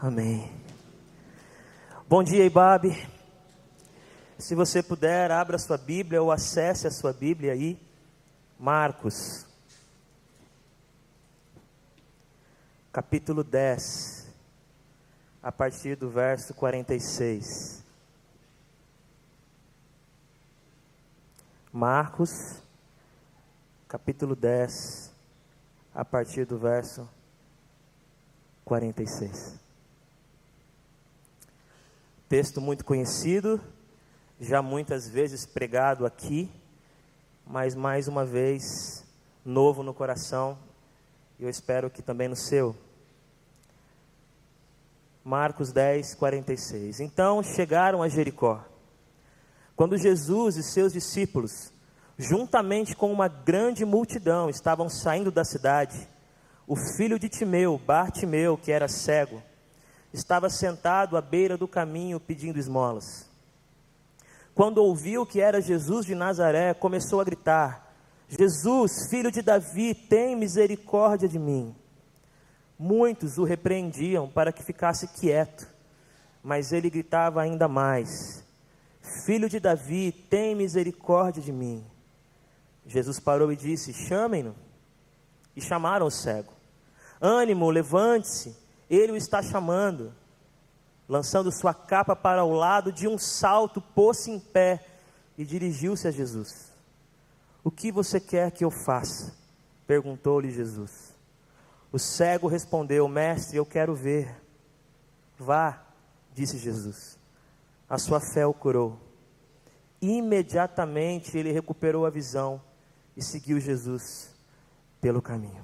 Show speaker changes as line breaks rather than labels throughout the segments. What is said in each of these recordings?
Amém. Bom dia, Ibabe. Se você puder, abra sua Bíblia ou acesse a sua Bíblia aí. Marcos, capítulo 10, a partir do verso 46. Marcos, capítulo 10, a partir do verso 46. Texto muito conhecido, já muitas vezes pregado aqui, mas mais uma vez novo no coração, e eu espero que também no seu. Marcos 10, 46. Então chegaram a Jericó. Quando Jesus e seus discípulos, juntamente com uma grande multidão, estavam saindo da cidade, o filho de Timeu, Bartimeu, que era cego, estava sentado à beira do caminho pedindo esmolas. Quando ouviu que era Jesus de Nazaré, começou a gritar: Jesus, filho de Davi, tem misericórdia de mim. Muitos o repreendiam para que ficasse quieto, mas ele gritava ainda mais: Filho de Davi, tem misericórdia de mim. Jesus parou e disse: chamem-no. E chamaram o cego. Ânimo, levante-se, ele o está chamando. Lançando sua capa para o lado, de um salto, pôs-se em pé e dirigiu-se a Jesus. O que você quer que eu faça? Perguntou-lhe Jesus. O cego respondeu: Mestre, eu quero ver. Vá, disse Jesus. A sua fé o curou. Imediatamente ele recuperou a visão e seguiu Jesus pelo caminho.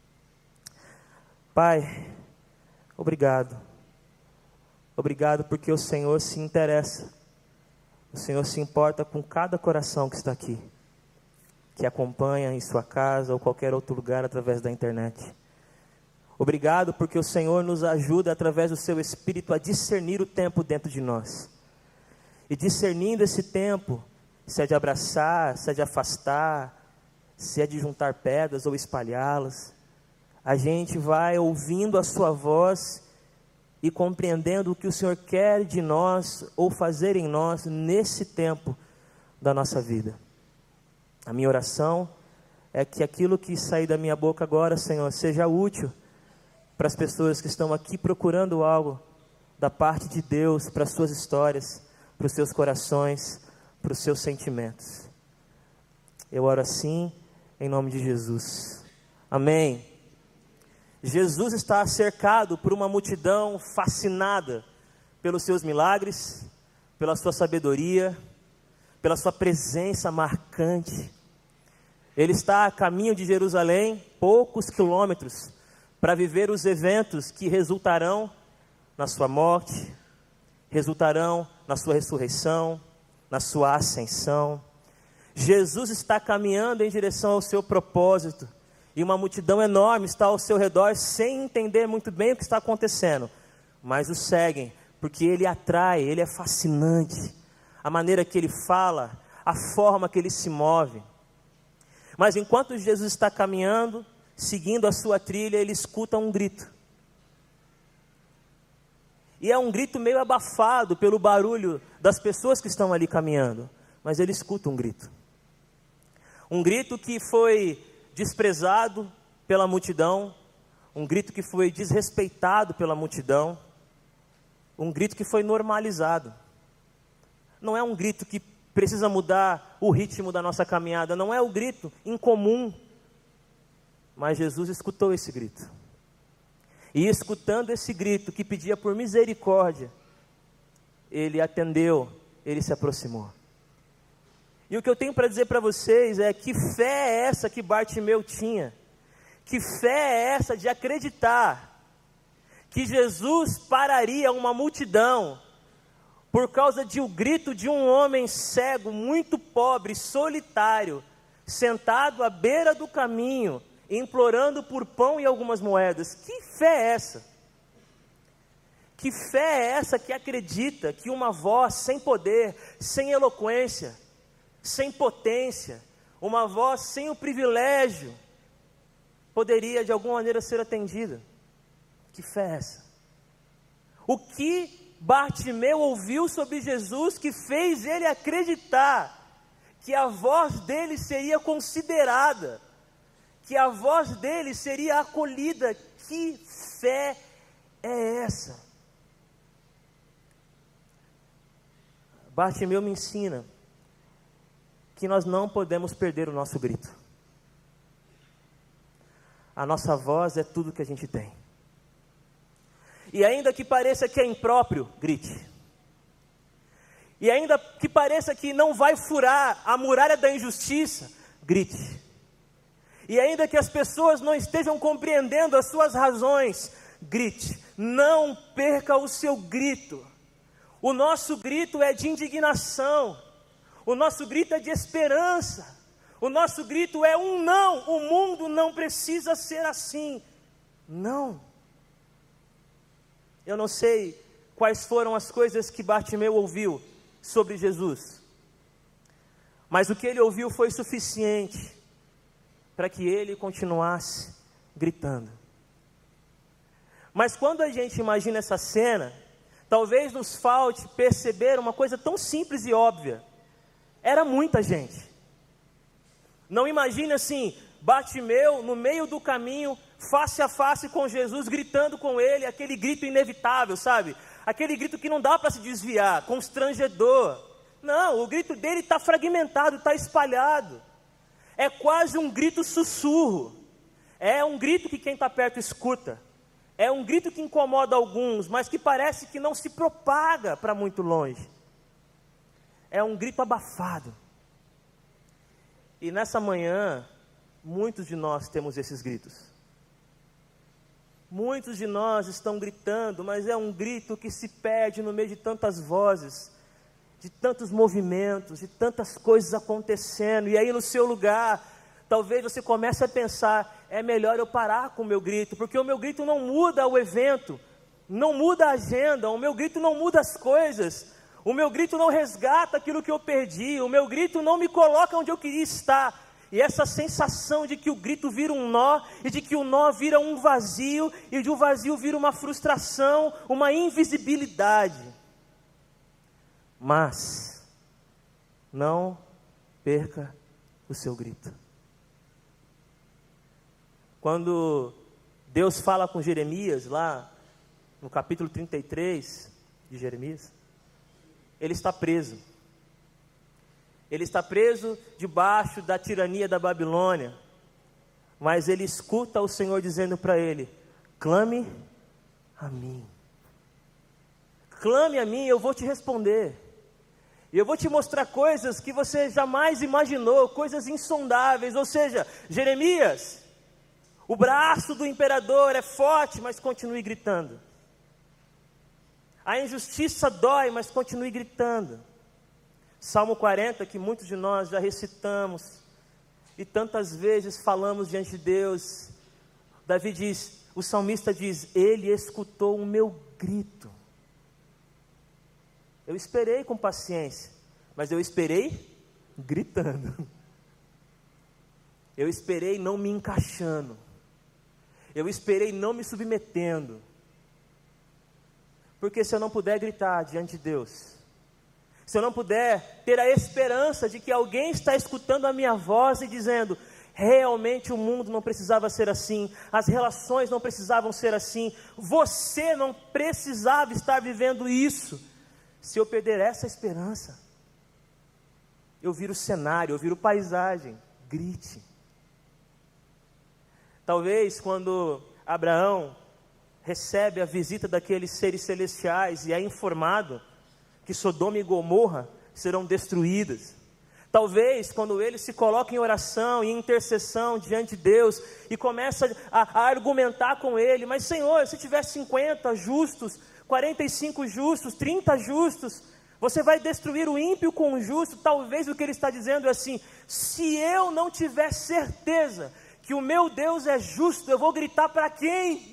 Pai, obrigado. Obrigado porque o Senhor se interessa. O Senhor se importa com cada coração que está aqui, que acompanha em sua casa ou qualquer outro lugar através da internet. Obrigado porque o Senhor nos ajuda através do seu Espírito a discernir o tempo dentro de nós. E discernindo esse tempo, se é de abraçar, se é de afastar, se é de juntar pedras ou espalhá-las, a gente vai ouvindo a sua voz e compreendendo o que o Senhor quer de nós ou fazer em nós nesse tempo da nossa vida. A minha oração é que aquilo que sair da minha boca agora, Senhor, seja útil para as pessoas que estão aqui procurando algo da parte de Deus, para as suas histórias, para os seus corações, para os seus sentimentos. Eu oro assim, em nome de Jesus. Amém. Jesus está cercado por uma multidão fascinada pelos seus milagres, pela sua sabedoria, pela sua presença marcante. Ele está a caminho de Jerusalém, poucos quilômetros, para viver os eventos que resultarão na sua morte, resultarão na sua ressurreição, na sua ascensão. Jesus está caminhando em direção ao seu propósito, e uma multidão enorme está ao seu redor, sem entender muito bem o que está acontecendo, mas o seguem, porque ele atrai, ele é fascinante, a maneira que ele fala, a forma que ele se move. Mas enquanto Jesus está caminhando, seguindo a sua trilha, ele escuta um grito. E é um grito meio abafado pelo barulho das pessoas que estão ali caminhando, mas ele escuta um grito. Um grito que foi desprezado pela multidão, um grito que foi desrespeitado pela multidão, um grito que foi normalizado. Não é um grito que precisa mudar o ritmo da nossa caminhada, não é o grito incomum, mas Jesus escutou esse grito. E escutando esse grito que pedia por misericórdia, ele atendeu, ele se aproximou. E o que eu tenho para dizer para vocês é: que fé é essa que Bartimeu tinha? Que fé é essa de acreditar que Jesus pararia uma multidão por causa de um grito de um homem cego, muito pobre, solitário, sentado à beira do caminho, implorando por pão e algumas moedas? Que fé é essa? Que fé é essa que acredita que uma voz sem poder, sem eloquência, sem potência, uma voz sem o privilégio, poderia de alguma maneira ser atendida? Que fé é essa? O que Bartimeu ouviu sobre Jesus que fez ele acreditar que a voz dele seria considerada, que a voz dele seria acolhida? Que fé é essa? Bartimeu me ensina que nós não podemos perder o nosso grito. A nossa voz é tudo que a gente tem. E ainda que pareça que é impróprio, grite. E ainda que pareça que não vai furar a muralha da injustiça, grite. E ainda que as pessoas não estejam compreendendo as suas razões, grite. Não perca o seu grito. O nosso grito é de indignação. O nosso grito é de esperança. O nosso grito é um não. O mundo não precisa ser assim. Não. Eu não sei quais foram as coisas que Bartimeu ouviu sobre Jesus, mas o que ele ouviu foi suficiente para que ele continuasse gritando. Mas quando a gente imagina essa cena, talvez nos falte perceber uma coisa tão simples e óbvia. Era muita gente. Não imagine assim, Bartimeu no meio do caminho, face a face com Jesus, gritando com ele, aquele grito inevitável, sabe? Aquele grito que não dá para se desviar, constrangedor. Não, o grito dele está fragmentado, está espalhado. É quase um grito sussurro. É um grito que quem está perto escuta. É um grito que incomoda alguns, mas que parece que não se propaga para muito longe. É um grito abafado. E nessa manhã, muitos de nós temos esses gritos. Muitos de nós estão gritando, mas é um grito que se perde no meio de tantas vozes, de tantos movimentos, de tantas coisas acontecendo. E aí no seu lugar, talvez você comece a pensar, é melhor eu parar com o meu grito, porque o meu grito não muda o evento, não muda a agenda, o meu grito não muda as coisas, o meu grito não resgata aquilo que eu perdi, o meu grito não me coloca onde eu queria estar. E essa sensação de que o grito vira um nó, e de que o nó vira um vazio, e de um vazio vira uma frustração, uma invisibilidade. Mas, não perca o seu grito. Quando Deus fala com Jeremias, lá no capítulo 33 de Jeremias, ele está preso. Ele está preso debaixo da tirania da Babilônia, mas ele escuta o Senhor dizendo para ele, clame a mim. Clame a mim, eu vou te responder. E eu vou te mostrar coisas que você jamais imaginou, coisas insondáveis. Ou seja, Jeremias, o braço do imperador é forte, mas continue gritando. A injustiça dói, mas continue gritando. Salmo 40, que muitos de nós já recitamos, e tantas vezes falamos diante de Deus. Davi diz, o salmista diz, ele escutou o meu grito. Eu esperei com paciência, mas eu esperei gritando. Eu esperei não me encaixando. Eu esperei não me submetendo. Porque se eu não puder gritar diante de Deus, se eu não puder ter a esperança de que alguém está escutando a minha voz e dizendo, realmente o mundo não precisava ser assim, as relações não precisavam ser assim, você não precisava estar vivendo isso. Se eu perder essa esperança, eu viro cenário, eu viro paisagem, grite. Talvez quando Abraão recebe a visita daqueles seres celestiais e é informado que Sodoma e Gomorra serão destruídas. Talvez quando ele se coloca em oração e em intercessão diante de Deus e começa a argumentar com ele, mas Senhor, se tiver 50 justos, 45 justos, 30 justos, você vai destruir o ímpio com o justo? Talvez o que ele está dizendo é assim, se eu não tiver certeza que o meu Deus é justo, eu vou gritar para quem?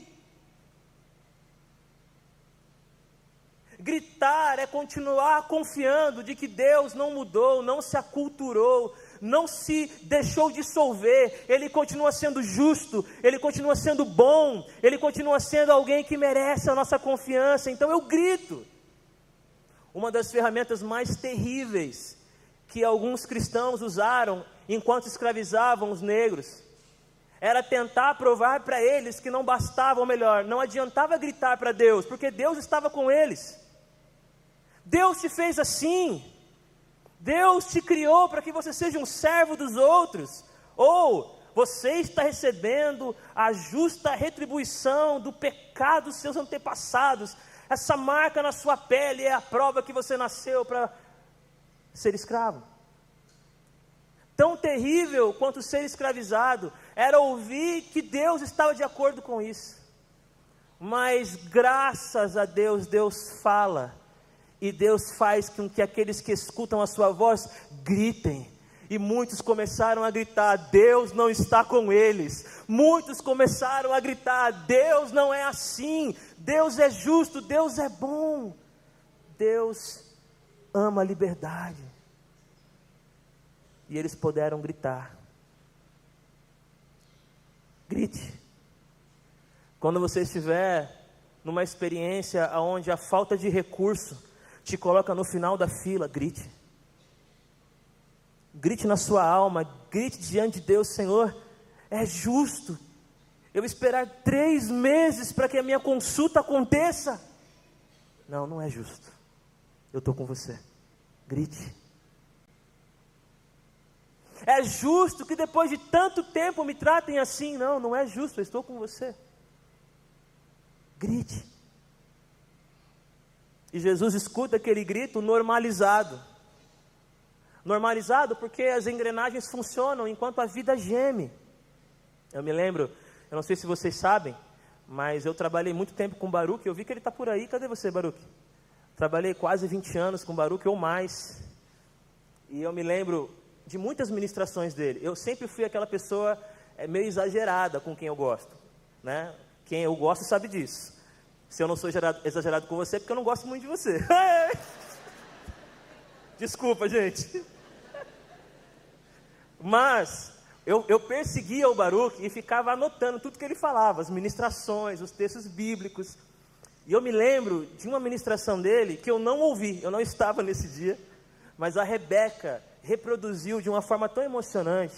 Gritar é continuar confiando de que Deus não mudou, não se aculturou, não se deixou dissolver, Ele continua sendo justo, Ele continua sendo bom, Ele continua sendo alguém que merece a nossa confiança. Então eu grito. Uma das ferramentas mais terríveis que alguns cristãos usaram enquanto escravizavam os negros era tentar provar para eles que não bastava, ou melhor, não adiantava gritar para Deus, porque Deus estava com eles. Deus te fez assim, Deus te criou para que você seja um servo dos outros, ou você está recebendo a justa retribuição do pecado dos seus antepassados. Essa marca na sua pele é a prova que você nasceu para ser escravo. Tão terrível quanto ser escravizado era ouvir que Deus estava de acordo com isso. Mas graças a Deus, Deus fala. E Deus faz com que aqueles que escutam a sua voz gritem. E muitos começaram a gritar: Deus não está com eles. Muitos começaram a gritar: Deus não é assim. Deus é justo, Deus é bom. Deus ama a liberdade. E eles puderam gritar. Grite. Quando você estiver numa experiência onde a falta de recurso te coloca no final da fila, grite. Grite na sua alma, grite diante de Deus: Senhor, é justo eu esperar 3 meses para que a minha consulta aconteça? Não, não é justo. Eu estou com você. Grite. É justo que depois de tanto tempo me tratem assim? Não, não é justo, eu estou com você. Grite. E Jesus escuta aquele grito normalizado. Normalizado porque as engrenagens funcionam enquanto a vida geme. Eu me lembro, eu não sei se vocês sabem, mas eu trabalhei muito tempo com o Baruch. Eu vi que ele está por aí. Cadê você, Baruch? Trabalhei quase 20 anos com o Baruch ou mais. E eu me lembro de muitas ministrações dele. Eu sempre fui aquela pessoa meio exagerada com quem eu gosto, né? Quem eu gosto sabe disso. Se eu não sou exagerado com você, é porque eu não gosto muito de você. Desculpa, gente. Mas eu perseguia o Baruch e ficava anotando tudo que ele falava, as ministrações, os textos bíblicos. E eu me lembro de uma ministração dele que eu não ouvi, eu não estava nesse dia, mas a Rebeca reproduziu de uma forma tão emocionante.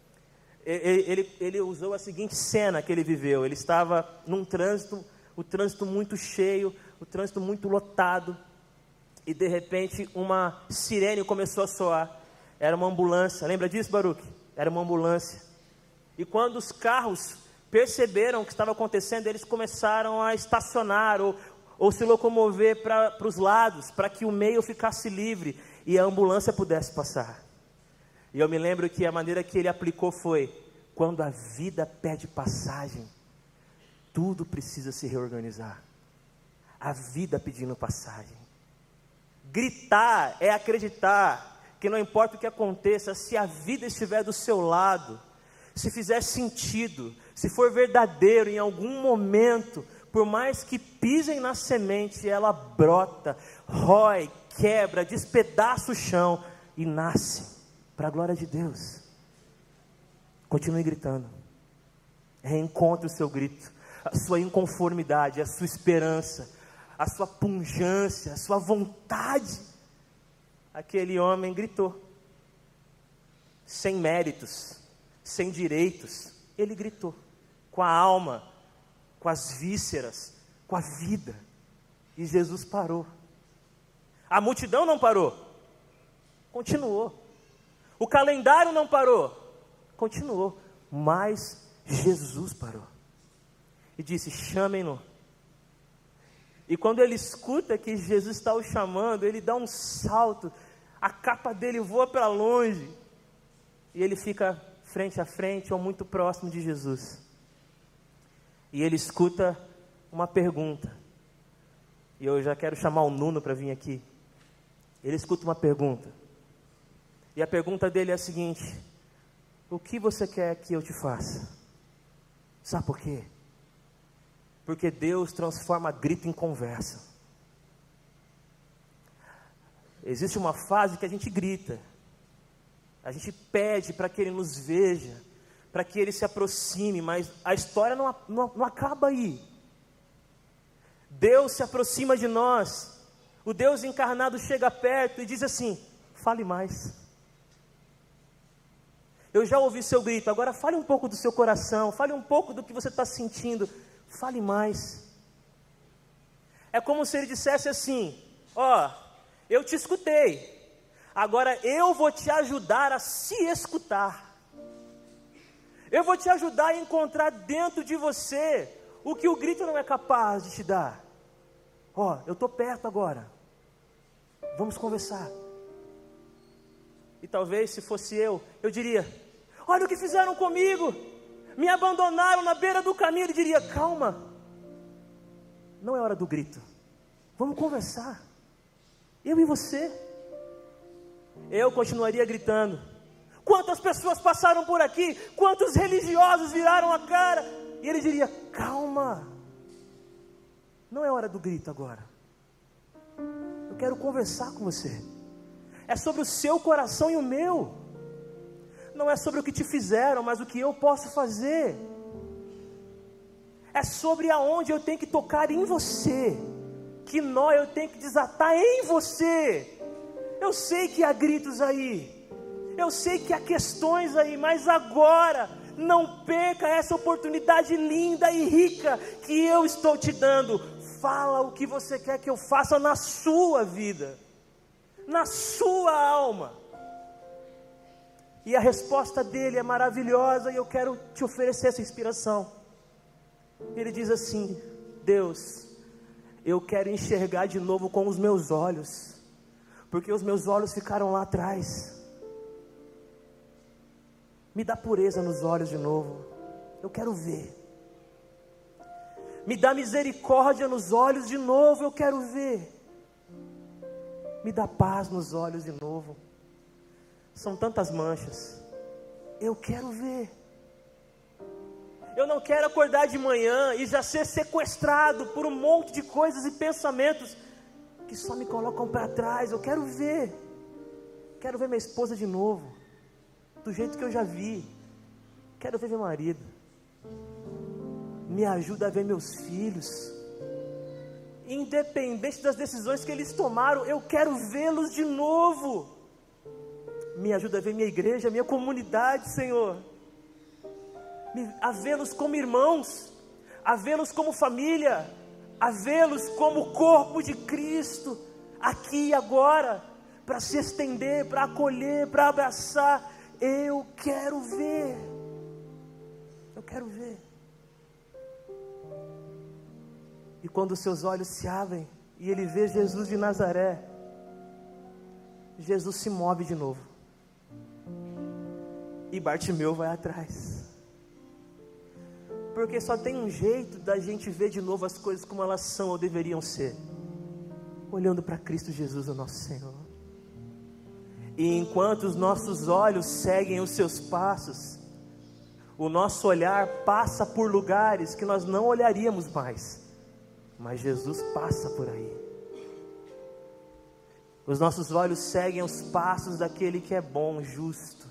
Ele usou a seguinte cena que ele viveu. Ele estava num trânsito, o trânsito muito cheio, o trânsito muito lotado, e de repente uma sirene começou a soar. Era uma ambulância. Lembra disso, Baruch? Era uma ambulância. E quando os carros perceberam o que estava acontecendo, eles começaram a estacionar ou se locomover para os lados, para que o meio ficasse livre e a ambulância pudesse passar. E eu me lembro que a maneira que ele aplicou foi: quando a vida pede passagem, tudo precisa se reorganizar. A vida pedindo passagem. Gritar é acreditar que não importa o que aconteça, se a vida estiver do seu lado, se fizer sentido, se for verdadeiro em algum momento, por mais que pisem na semente, ela brota, rói, quebra, despedaça o chão e nasce, para a glória de Deus. Continue gritando. Reencontre o seu grito, a sua inconformidade, a sua esperança, a sua pungência, a sua vontade. Aquele homem gritou, sem méritos, sem direitos. Ele gritou, com a alma, com as vísceras, com a vida. E Jesus parou. A multidão não parou, continuou. O calendário não parou, continuou. Mas Jesus parou e disse: chamem-no. E quando ele escuta que Jesus está o chamando, ele dá um salto, a capa dele voa para longe, e ele fica frente a frente ou muito próximo de Jesus. E ele escuta uma pergunta, e eu já quero chamar o Nuno para vir aqui. Ele escuta uma pergunta, e a pergunta dele é a seguinte: o que você quer que eu te faça? Sabe por quê? Porque Deus transforma grito em conversa. Existe uma fase que a gente grita, A gente pede para que Ele nos veja, para que Ele se aproxime, mas a história não acaba aí. Deus se aproxima de nós, o Deus encarnado chega perto e diz assim: fale mais. Eu já ouvi seu grito, agora fale um pouco do seu coração, fale um pouco do que você está sentindo, fale mais. É como se Ele dissesse assim: eu te escutei, agora eu vou te ajudar a se escutar. Eu vou te ajudar a encontrar dentro de você o que o grito não é capaz de te dar. Eu estou perto agora, vamos conversar. E talvez se fosse eu diria: olha o que fizeram comigo, me abandonaram na beira do caminho. Ele diria: calma, não é hora do grito, vamos conversar, eu e você. Eu continuaria gritando: quantas pessoas passaram por aqui, quantos religiosos viraram a cara. E ele diria: calma, não é hora do grito agora, eu quero conversar com você. É sobre o seu coração e o meu, não é sobre o que te fizeram, mas o que eu posso fazer. É sobre aonde eu tenho que tocar em você, que nó eu tenho que desatar em você. Eu sei que há gritos aí, eu sei que há questões aí, mas agora não perca essa oportunidade linda e rica que eu estou te dando. Fala o que você quer que eu faça na sua vida, na sua alma. E a resposta dele é maravilhosa, e eu quero te oferecer essa inspiração. Ele diz assim: Deus, eu quero enxergar de novo com os meus olhos, porque os meus olhos ficaram lá atrás. Me dá pureza nos olhos de novo, eu quero ver. Me dá misericórdia nos olhos de novo, eu quero ver. Me dá paz nos olhos de novo. São tantas manchas, eu quero ver. Eu não quero acordar de manhã e já ser sequestrado por um monte de coisas e pensamentos que só me colocam para trás. Eu quero ver minha esposa de novo, do jeito que eu já vi. Quero ver meu marido. Me ajuda a ver meus filhos, independente das decisões que eles tomaram, eu quero vê-los de novo. Me ajuda a ver minha igreja, minha comunidade, Senhor, a vê-los como irmãos, a vê-los como família, a vê-los como corpo de Cristo, aqui e agora, para se estender, para acolher, para abraçar. Eu quero ver, eu quero ver. E quando os seus olhos se abrem e ele vê Jesus de Nazaré, Jesus se move de novo, e Bartimeu vai atrás, porque só tem um jeito da gente ver de novo as coisas como elas são ou deveriam ser, olhando para Cristo Jesus, o nosso Senhor. E enquanto os nossos olhos seguem os seus passos, o nosso olhar passa por lugares que nós não olharíamos mais, mas Jesus passa por aí. Os nossos olhos seguem os passos daquele que é bom, justo.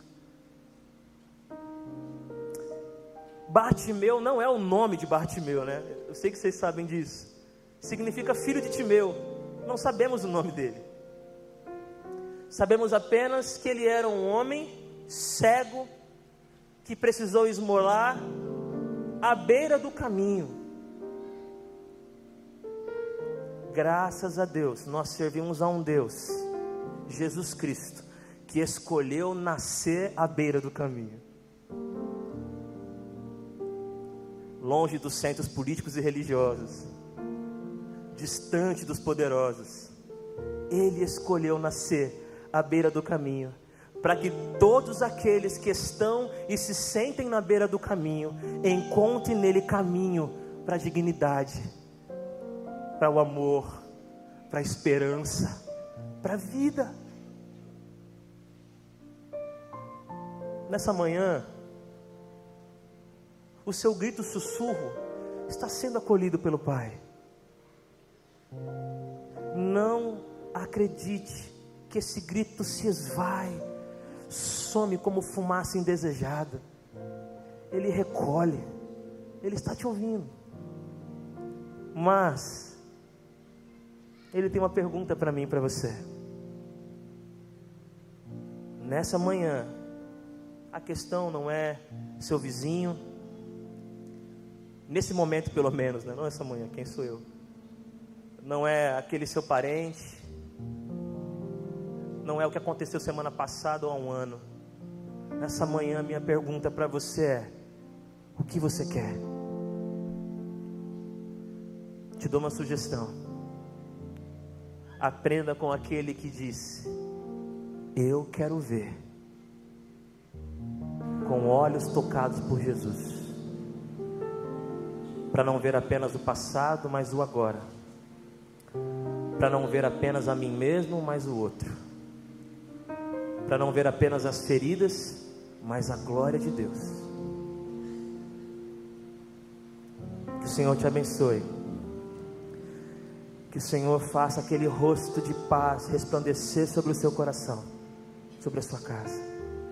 Bartimeu não é o nome de Bartimeu, né? Eu sei que vocês sabem disso. Significa filho de Timeu. Não sabemos o nome dele. Sabemos apenas que ele era um homem cego que precisou esmolar à beira do caminho. Graças a Deus, nós servimos a um Deus, Jesus Cristo, que escolheu nascer à beira do caminho, longe dos centros políticos e religiosos, distante dos poderosos. Ele escolheu nascer à beira do caminho, para que todos aqueles que estão e se sentem na beira do caminho encontrem nele caminho para a dignidade, para o amor, para a esperança, para a vida. Nessa manhã, o seu grito sussurro está sendo acolhido pelo Pai. Não acredite que esse grito se esvai some como fumaça indesejada. Ele recolhe. Ele está te ouvindo. Mas Ele tem uma pergunta para mim e para você. Nessa manhã, a questão não é seu vizinho, nesse momento pelo menos, né? Não essa manhã, quem sou eu? Não é aquele seu parente, não é o que aconteceu semana passada ou há um ano. Nessa manhã, minha pergunta para você é: o que você quer? Te dou uma sugestão. Aprenda com aquele que disse: eu quero ver, com olhos tocados por Jesus, para não ver apenas o passado, mas o agora, para não ver apenas a mim mesmo, mas o outro, para não ver apenas as feridas, mas a glória de Deus. Que o Senhor te abençoe, que o Senhor faça aquele rosto de paz resplandecer sobre o seu coração, sobre a sua casa,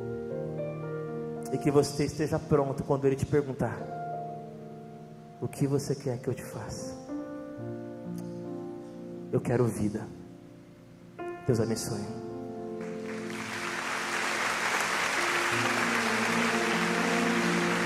e que você esteja pronto quando Ele te perguntar: o que você quer que eu te faça? Eu quero vida. Deus abençoe.